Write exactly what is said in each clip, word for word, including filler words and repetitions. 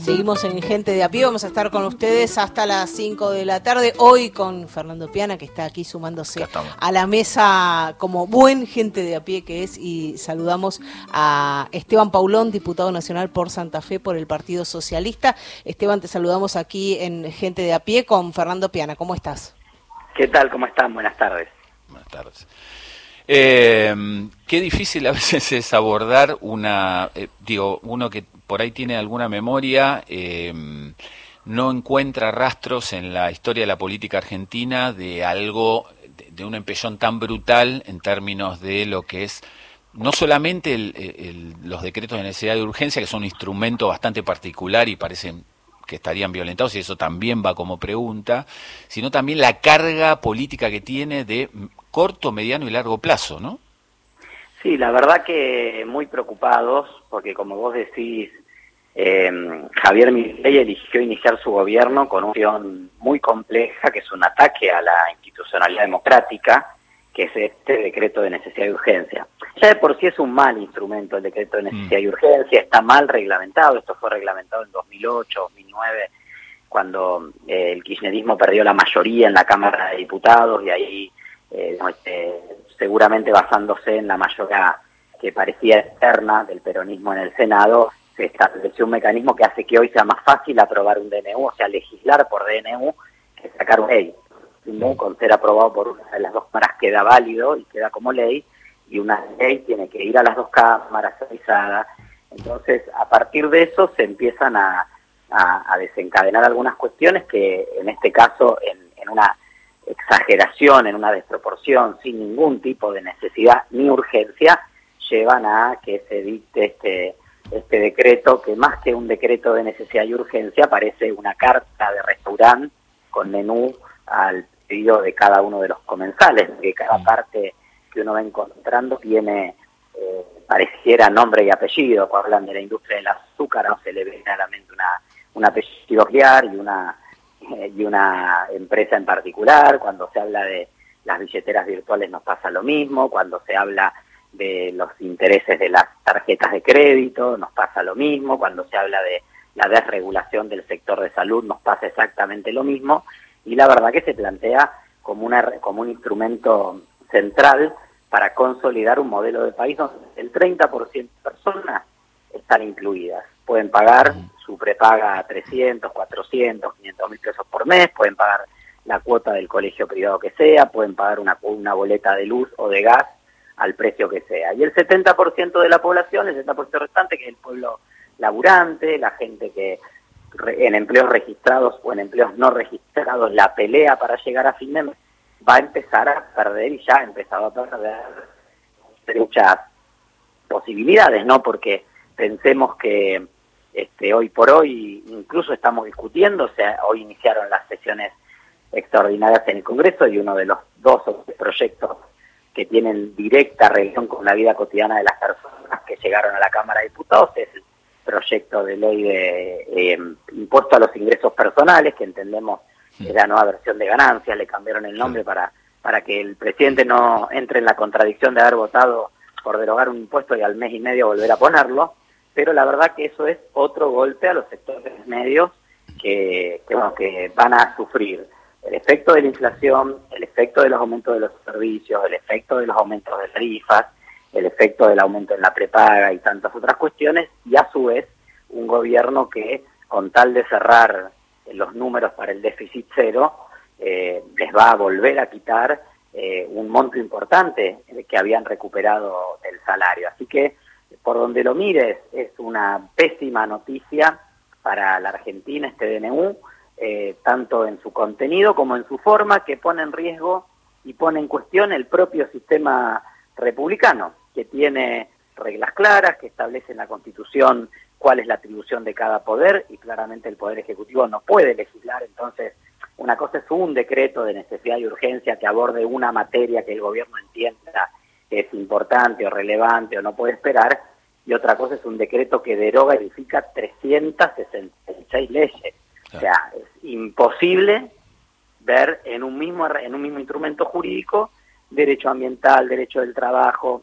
Seguimos en Gente de a Pie, vamos a estar con ustedes hasta las cinco de la tarde, hoy con Fernando Piana, que está aquí sumándose a la mesa como buen gente de a pie que es, y saludamos a Esteban Paulón, diputado nacional por Santa Fe por el Partido Socialista. Esteban, te saludamos aquí en Gente de a Pie con Fernando Piana, ¿cómo estás? ¿Qué tal? ¿Cómo están? Buenas tardes. Buenas tardes. Eh, qué difícil a veces es abordar una, eh, digo, uno que por ahí tiene alguna memoria, eh, no encuentra rastros en la historia de la política argentina de algo, de, de un empellón tan brutal en términos de lo que es no solamente el, el, los decretos de necesidad de urgencia, que son un instrumento bastante particular y parecen que estarían violentados, y eso también va como pregunta, sino también la carga política que tiene de corto, mediano y largo plazo, ¿no? Sí, la verdad que muy preocupados, porque como vos decís, eh, Javier Milei eligió iniciar su gobierno con una acción muy compleja, que es un ataque a la institucionalidad democrática, que es este decreto de necesidad y urgencia. Ya de por sí es un mal instrumento el decreto de necesidad y urgencia, está mal reglamentado, esto fue reglamentado en dos mil ocho, dos mil nueve, cuando eh, el kirchnerismo perdió la mayoría en la Cámara de Diputados, y ahí eh, eh, seguramente basándose en la mayoría que parecía externa del peronismo en el Senado, se estableció un mecanismo que hace que hoy sea más fácil aprobar un D N U, o sea, legislar por D N U, que sacar una ley. Con ser aprobado por una de las dos cámaras queda válido y queda como ley, y una ley tiene que ir a las dos cámaras revisada. Entonces, a partir de eso se empiezan a, a, a desencadenar algunas cuestiones que, en este caso, en, en una exageración, en una desproporción, sin ningún tipo de necesidad ni urgencia, llevan a que se dicte este, este decreto, que más que un decreto de necesidad y urgencia parece una carta de restaurante con menú al pedido de cada uno de los comensales, que cada parte que uno va encontrando tiene, eh, pareciera nombre y apellido. Cuando hablan de la industria del azúcar, no se le ve claramente una, un apellido clear y una, eh, y una empresa en particular. Cuando se habla de las billeteras virtuales nos pasa lo mismo. Cuando se habla de los intereses de las tarjetas de crédito nos pasa lo mismo. Cuando se habla de la desregulación del sector de salud nos pasa exactamente lo mismo. Y la verdad que se plantea como, una, como un instrumento central para consolidar un modelo de país donde el treinta por ciento de personas están incluidas. Pueden pagar su prepaga a trescientos, cuatrocientos, quinientos mil pesos por mes, pueden pagar la cuota del colegio privado que sea, pueden pagar una, una boleta de luz o de gas al precio que sea. Y el setenta por ciento de la población, el setenta por ciento restante, que es el pueblo laburante, la gente que en empleos registrados o en empleos no registrados, la pelea para llegar a fin de mes, va a empezar a perder, y ya ha empezado a perder muchas posibilidades, ¿no? Porque pensemos que este, hoy por hoy incluso estamos discutiendo, o sea, hoy iniciaron las sesiones extraordinarias en el Congreso, y uno de los dos o tres proyectos que tienen directa relación con la vida cotidiana de las personas que llegaron a la Cámara de Diputados es el proyecto de ley de eh, impuesto a los ingresos personales, que entendemos es la nueva versión de ganancias. Le cambiaron el nombre para, para que el presidente no entre en la contradicción de haber votado por derogar un impuesto y al mes y medio volver a ponerlo, pero la verdad que eso es otro golpe a los sectores medios que, que, bueno, que van a sufrir el efecto de la inflación, el efecto de los aumentos de los servicios, el efecto de los aumentos de tarifas, el efecto del aumento en la prepaga y tantas otras cuestiones, y a su vez un gobierno que, con tal de cerrar los números para el déficit cero, eh, les va a volver a quitar eh, un monto importante que habían recuperado del salario. Así que, por donde lo mires, es una pésima noticia para la Argentina este D N U, eh, tanto en su contenido como en su forma, que pone en riesgo y pone en cuestión el propio sistema republicano, que tiene reglas claras, que establece en la Constitución cuál es la atribución de cada poder, y claramente el Poder Ejecutivo no puede legislar. Entonces, una cosa es un decreto de necesidad y urgencia que aborde una materia que el gobierno entienda que es importante o relevante o no puede esperar, y otra cosa es un decreto que deroga y modifica trescientas sesenta y seis leyes. O sea, es imposible ver en un mismo en un mismo instrumento jurídico derecho ambiental, derecho del trabajo,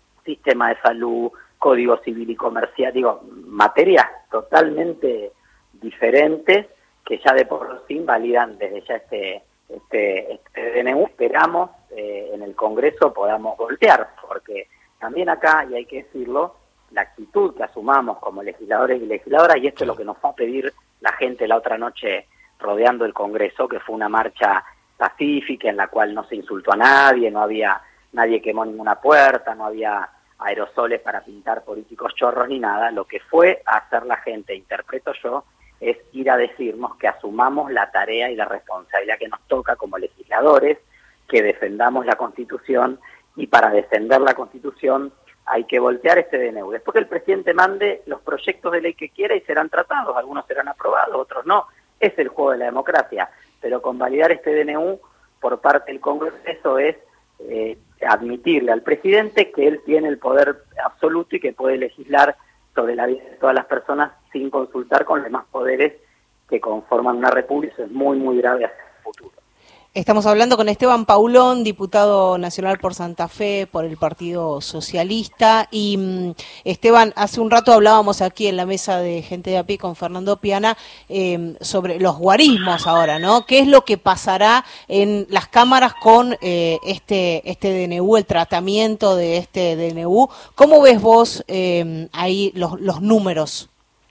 sistema de salud, código civil y comercial, digo, materias totalmente diferentes que ya de por sí validan desde ya este, este, este D N U. Esperamos eh, en el Congreso podamos voltear, porque también acá, y hay que decirlo, la actitud que asumamos como legisladores y legisladoras, y esto es lo que nos fue a pedir la gente la otra noche rodeando el Congreso, que fue una marcha pacífica en la cual no se insultó a nadie, no había nadie quemó ninguna puerta, no había aerosoles para pintar políticos chorros ni nada. Lo que fue a hacer la gente, interpreto yo, es ir a decirnos que asumamos la tarea y la responsabilidad que nos toca como legisladores, que defendamos la Constitución, y para defender la Constitución hay que voltear este D N U. Después que el presidente mande los proyectos de ley que quiera y serán tratados, algunos serán aprobados, otros no. Es el juego de la democracia, pero con validar este D N U por parte del Congreso es eh, admitirle al presidente que él tiene el poder absoluto y que puede legislar sobre la vida de todas las personas sin consultar con los demás poderes que conforman una república. Eso es muy, muy grave hacia el futuro. Estamos hablando con Esteban Paulón, diputado nacional por Santa Fe, por el Partido Socialista. Y Esteban, hace un rato hablábamos aquí en la mesa de Gente de a Pie con Fernando Piana eh, sobre los guarismos ahora, ¿no? ¿Qué es lo que pasará en las cámaras con eh, este este D N U, el tratamiento de este D N U? ¿Cómo ves vos eh, ahí los, los números?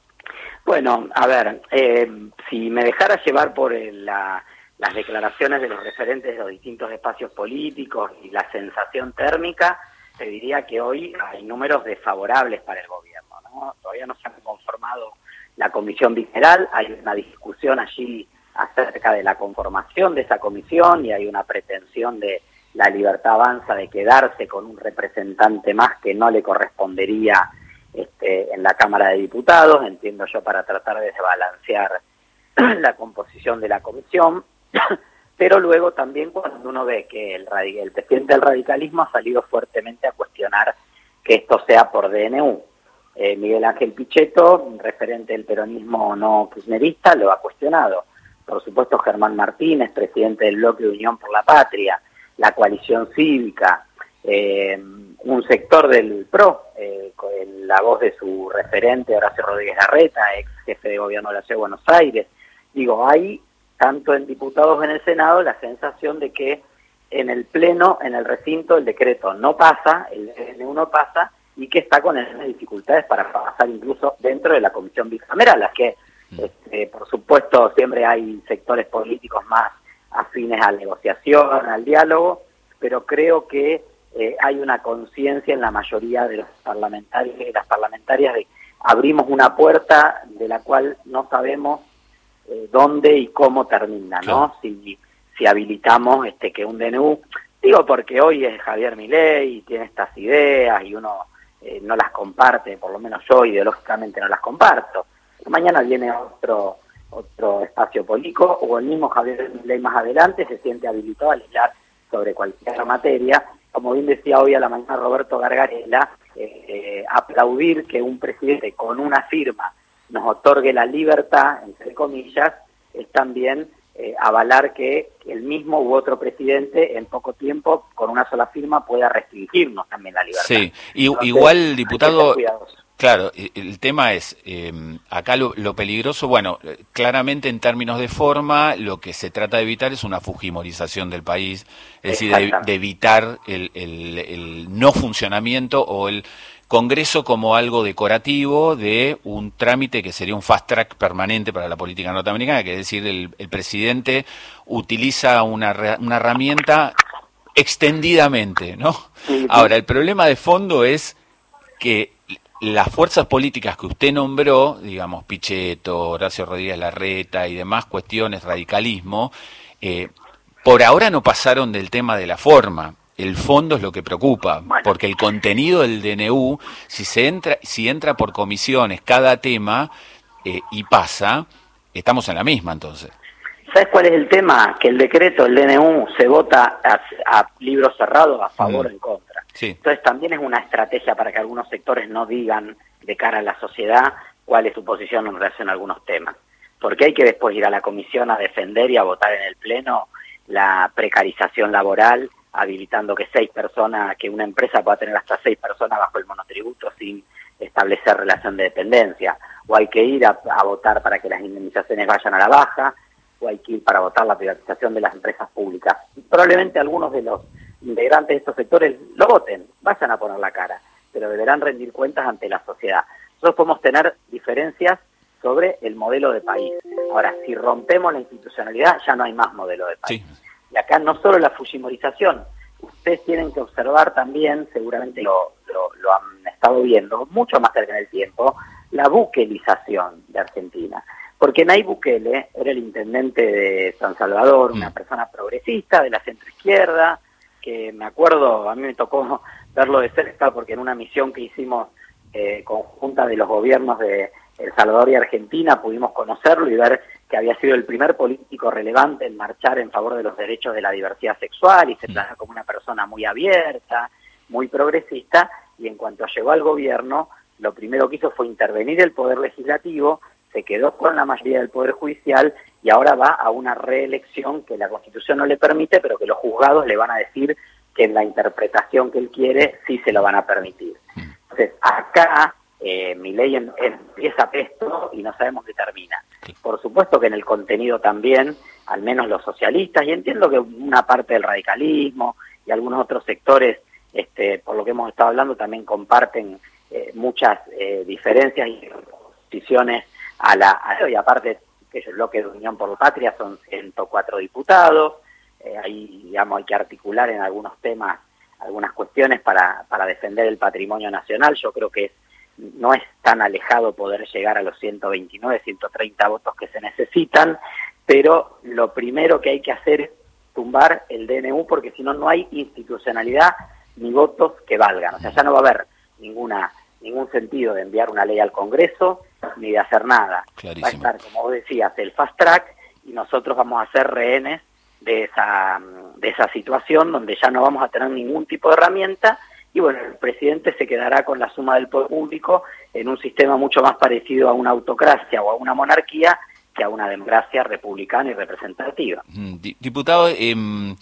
Bueno, a ver, eh, si me dejara llevar por el, la... las declaraciones de los referentes de los distintos espacios políticos y la sensación térmica, te diría que hoy hay números desfavorables para el gobierno, ¿no? Todavía no se ha conformado la comisión bicameral, hay una discusión allí acerca de la conformación de esa comisión y hay una pretensión de la Libertad Avanza de quedarse con un representante más que no le correspondería este, en la Cámara de Diputados, entiendo yo, para tratar de desbalancear la composición de la comisión. Pero luego también cuando uno ve que el, el presidente del radicalismo ha salido fuertemente a cuestionar que esto sea por D N U. Eh, Miguel Ángel Pichetto, referente del peronismo no kirchnerista, lo ha cuestionado. Por supuesto Germán Martínez, presidente del bloque de Unión por la Patria, la coalición cívica, eh, un sector del P R O, eh, con la voz de su referente Horacio Rodríguez Larreta, ex jefe de gobierno de la Ciudad de Buenos Aires. Digo, hay tanto en diputados como en el Senado, la sensación de que en el Pleno, en el recinto, el decreto no pasa, el D N U no pasa, y que está con esas dificultades para pasar incluso dentro de la comisión bicameral, las que, este, por supuesto, siempre hay sectores políticos más afines a la negociación, al diálogo, pero creo que eh, hay una conciencia en la mayoría de los parlamentarios y de las parlamentarias de abrimos una puerta de la cual no sabemos Eh, dónde y cómo termina, ¿no? Claro. Si, si habilitamos este que un D N U, digo porque hoy es Javier Milei y tiene estas ideas y uno eh, no las comparte, por lo menos yo ideológicamente no las comparto. Mañana viene otro otro espacio político o el mismo Javier Milei más adelante se siente habilitado a legislar sobre cualquier materia. Como bien decía hoy a la mañana Roberto Gargarella, eh, eh, aplaudir que un presidente con una firma nos otorgue la libertad, entre comillas, es también eh, avalar que el mismo u otro presidente en poco tiempo, con una sola firma, pueda restringirnos también la libertad. Sí, y, Entonces, igual, diputado, claro, el tema es, eh, acá lo, lo peligroso, bueno, claramente en términos de forma, lo que se trata de evitar es una fujimorización del país, es decir, de, de evitar el, el, el no funcionamiento o el Congreso como algo decorativo de un trámite que sería un fast track permanente para la política norteamericana, que es decir, el, el presidente utiliza una, una herramienta extendidamente, ¿no? Sí, sí. Ahora, el problema de fondo es que las fuerzas políticas que usted nombró, digamos, Pichetto, Horacio Rodríguez Larreta y demás cuestiones, radicalismo, eh, por ahora no pasaron del tema de la forma. El fondo es lo que preocupa, porque el contenido del D N U, si se entra, si entra por comisiones cada tema eh, y pasa, estamos en la misma entonces. ¿Sabes cuál es el tema? Que el decreto, el D N U, se vota a, a libro cerrado, a favor mm. o en contra. Sí. Entonces también es una estrategia para que algunos sectores no digan de cara a la sociedad cuál es su posición en relación a algunos temas. Porque hay que después ir a la comisión a defender y a votar en el Pleno la precarización laboral, habilitando que seis personas, que una empresa pueda tener hasta seis personas bajo el monotributo sin establecer relación de dependencia, o hay que ir a, a votar para que las indemnizaciones vayan a la baja, o hay que ir para votar la privatización de las empresas públicas. Probablemente algunos de los integrantes de estos sectores lo voten, vayan a poner la cara, pero deberán rendir cuentas ante la sociedad. Nosotros podemos tener diferencias sobre el modelo de país. Ahora, si rompemos la institucionalidad, ya no hay más modelo de país. Sí. Y acá no solo la fujimorización, ustedes tienen que observar también, seguramente lo, lo, lo han estado viendo, mucho más cerca en el tiempo, la buquelización de Argentina. Porque Nayib Bukele era el intendente de San Salvador, una persona progresista de la centroizquierda, que me acuerdo, a mí me tocó verlo de cerca porque en una misión que hicimos eh, conjunta de los gobiernos de El Salvador y Argentina pudimos conocerlo y ver que había sido el primer político relevante en marchar en favor de los derechos de la diversidad sexual y se plantea como una persona muy abierta, muy progresista, y en cuanto llegó al gobierno, lo primero que hizo fue intervenir el Poder Legislativo, se quedó con la mayoría del Poder Judicial y ahora va a una reelección que la Constitución no le permite, pero que los juzgados le van a decir que en la interpretación que él quiere sí se lo van a permitir. Entonces, acá eh, Milei empieza esto y no sabemos qué termina. Por supuesto que en el contenido también, al menos los socialistas, y entiendo que una parte del radicalismo y algunos otros sectores, este, por lo que hemos estado hablando, también comparten eh, muchas eh, diferencias y posiciones a la, a, y aparte que el bloque de Unión por la Patria son ciento cuatro diputados, eh, ahí digamos hay que articular en algunos temas algunas cuestiones para, para defender el patrimonio nacional. Yo creo que no es tan alejado poder llegar a los ciento veintinueve, ciento treinta votos que se necesitan, pero lo primero que hay que hacer es tumbar el D N U porque si no, no hay institucionalidad ni votos que valgan. O sea, ya no va a haber ninguna ningún sentido de enviar una ley al Congreso ni de hacer nada. Clarísimo. Va a estar, como vos decías, el fast track y nosotros vamos a ser rehenes de esa, de esa situación donde ya no vamos a tener ningún tipo de herramienta y bueno, el presidente se quedará con la suma del poder público en un sistema mucho más parecido a una autocracia o a una monarquía que a una democracia republicana y representativa. Diputado, eh,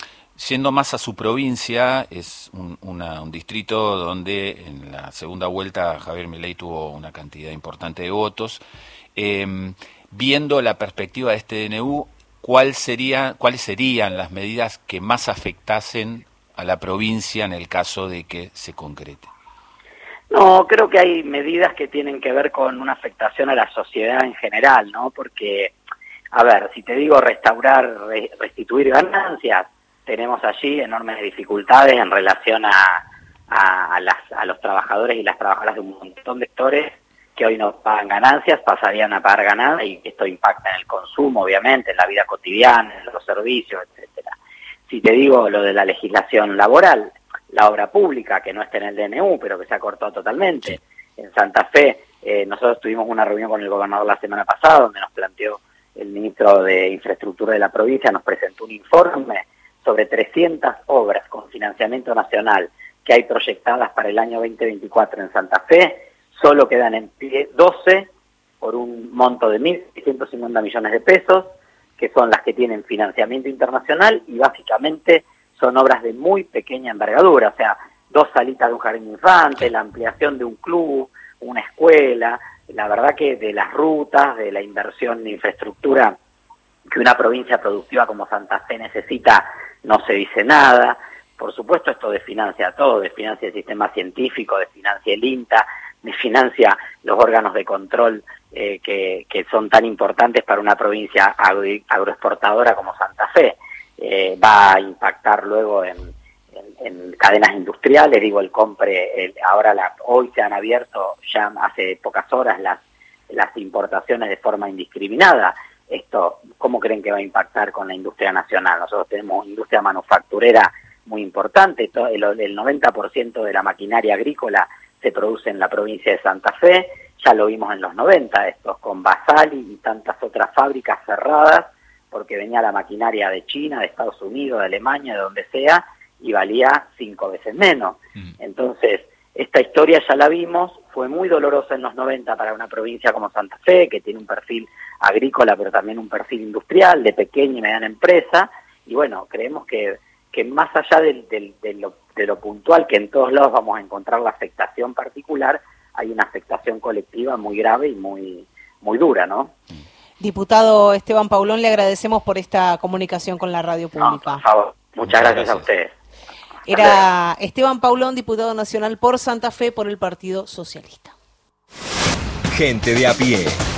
yendo más a su provincia, es un, una, un distrito donde en la segunda vuelta Javier Milei tuvo una cantidad importante de votos. Eh, viendo la perspectiva de este D N U, ¿cuál sería, ¿cuáles serían las medidas que más afectasen a la provincia en el caso de que se concrete? No, creo que hay medidas que tienen que ver con una afectación a la sociedad en general, ¿no? Porque, a ver, si te digo restaurar, re, restituir ganancias, tenemos allí enormes dificultades en relación a, a, a, las, a los trabajadores y las trabajadoras de un montón de sectores que hoy no pagan ganancias, pasarían a pagar ganancias y esto impacta en el consumo, obviamente, en la vida cotidiana, en los servicios, etcétera. Si te digo lo de la legislación laboral, la obra pública, que no está en el D N U, pero que se ha cortado totalmente. En Santa Fe, eh, nosotros tuvimos una reunión con el gobernador la semana pasada, donde nos planteó el ministro de Infraestructura de la provincia, nos presentó un informe sobre trescientas obras con financiamiento nacional que hay proyectadas para el año veinte veinticuatro en Santa Fe, solo quedan en pie doce por un monto de mil seiscientos cincuenta millones de pesos, que son las que tienen financiamiento internacional y básicamente son obras de muy pequeña envergadura, o sea, dos salitas de un jardín infante, la ampliación de un club, una escuela, la verdad que de las rutas, de la inversión de infraestructura que una provincia productiva como Santa Fe necesita, no se dice nada. Por supuesto esto desfinancia todo, desfinancia el sistema científico, desfinancia el INTA, desfinancia los órganos de control eh, que, que son tan importantes para una provincia agro, agroexportadora como Santa Fe. Eh, va a impactar luego en, en, en cadenas industriales, digo, el compre, el, ahora la, hoy se han abierto ya hace pocas horas las, las importaciones de forma indiscriminada. Esto, ¿cómo creen que va a impactar con la industria nacional? Nosotros tenemos industria manufacturera muy importante, todo, el, el noventa por ciento de la maquinaria agrícola se produce en la provincia de Santa Fe, ya lo vimos en los noventa, estos con Basali y tantas otras fábricas cerradas, porque venía la maquinaria de China, de Estados Unidos, de Alemania, de donde sea, y valía cinco veces menos. Mm. Entonces, esta historia ya la vimos, fue muy dolorosa en los noventa para una provincia como Santa Fe, que tiene un perfil agrícola, pero también un perfil industrial, de pequeña y mediana empresa, y bueno, creemos que, que más allá del, del, de, lo, de lo puntual, que en todos lados vamos a encontrar la afectación particular, hay una afectación colectiva muy grave y muy, muy dura, ¿no? Diputado Esteban Paulón, le agradecemos por esta comunicación con la radio pública. No, por favor. Muchas, Muchas gracias, gracias a ustedes. Era Esteban Paulón, diputado nacional por Santa Fe por el Partido Socialista. Gente de a pie.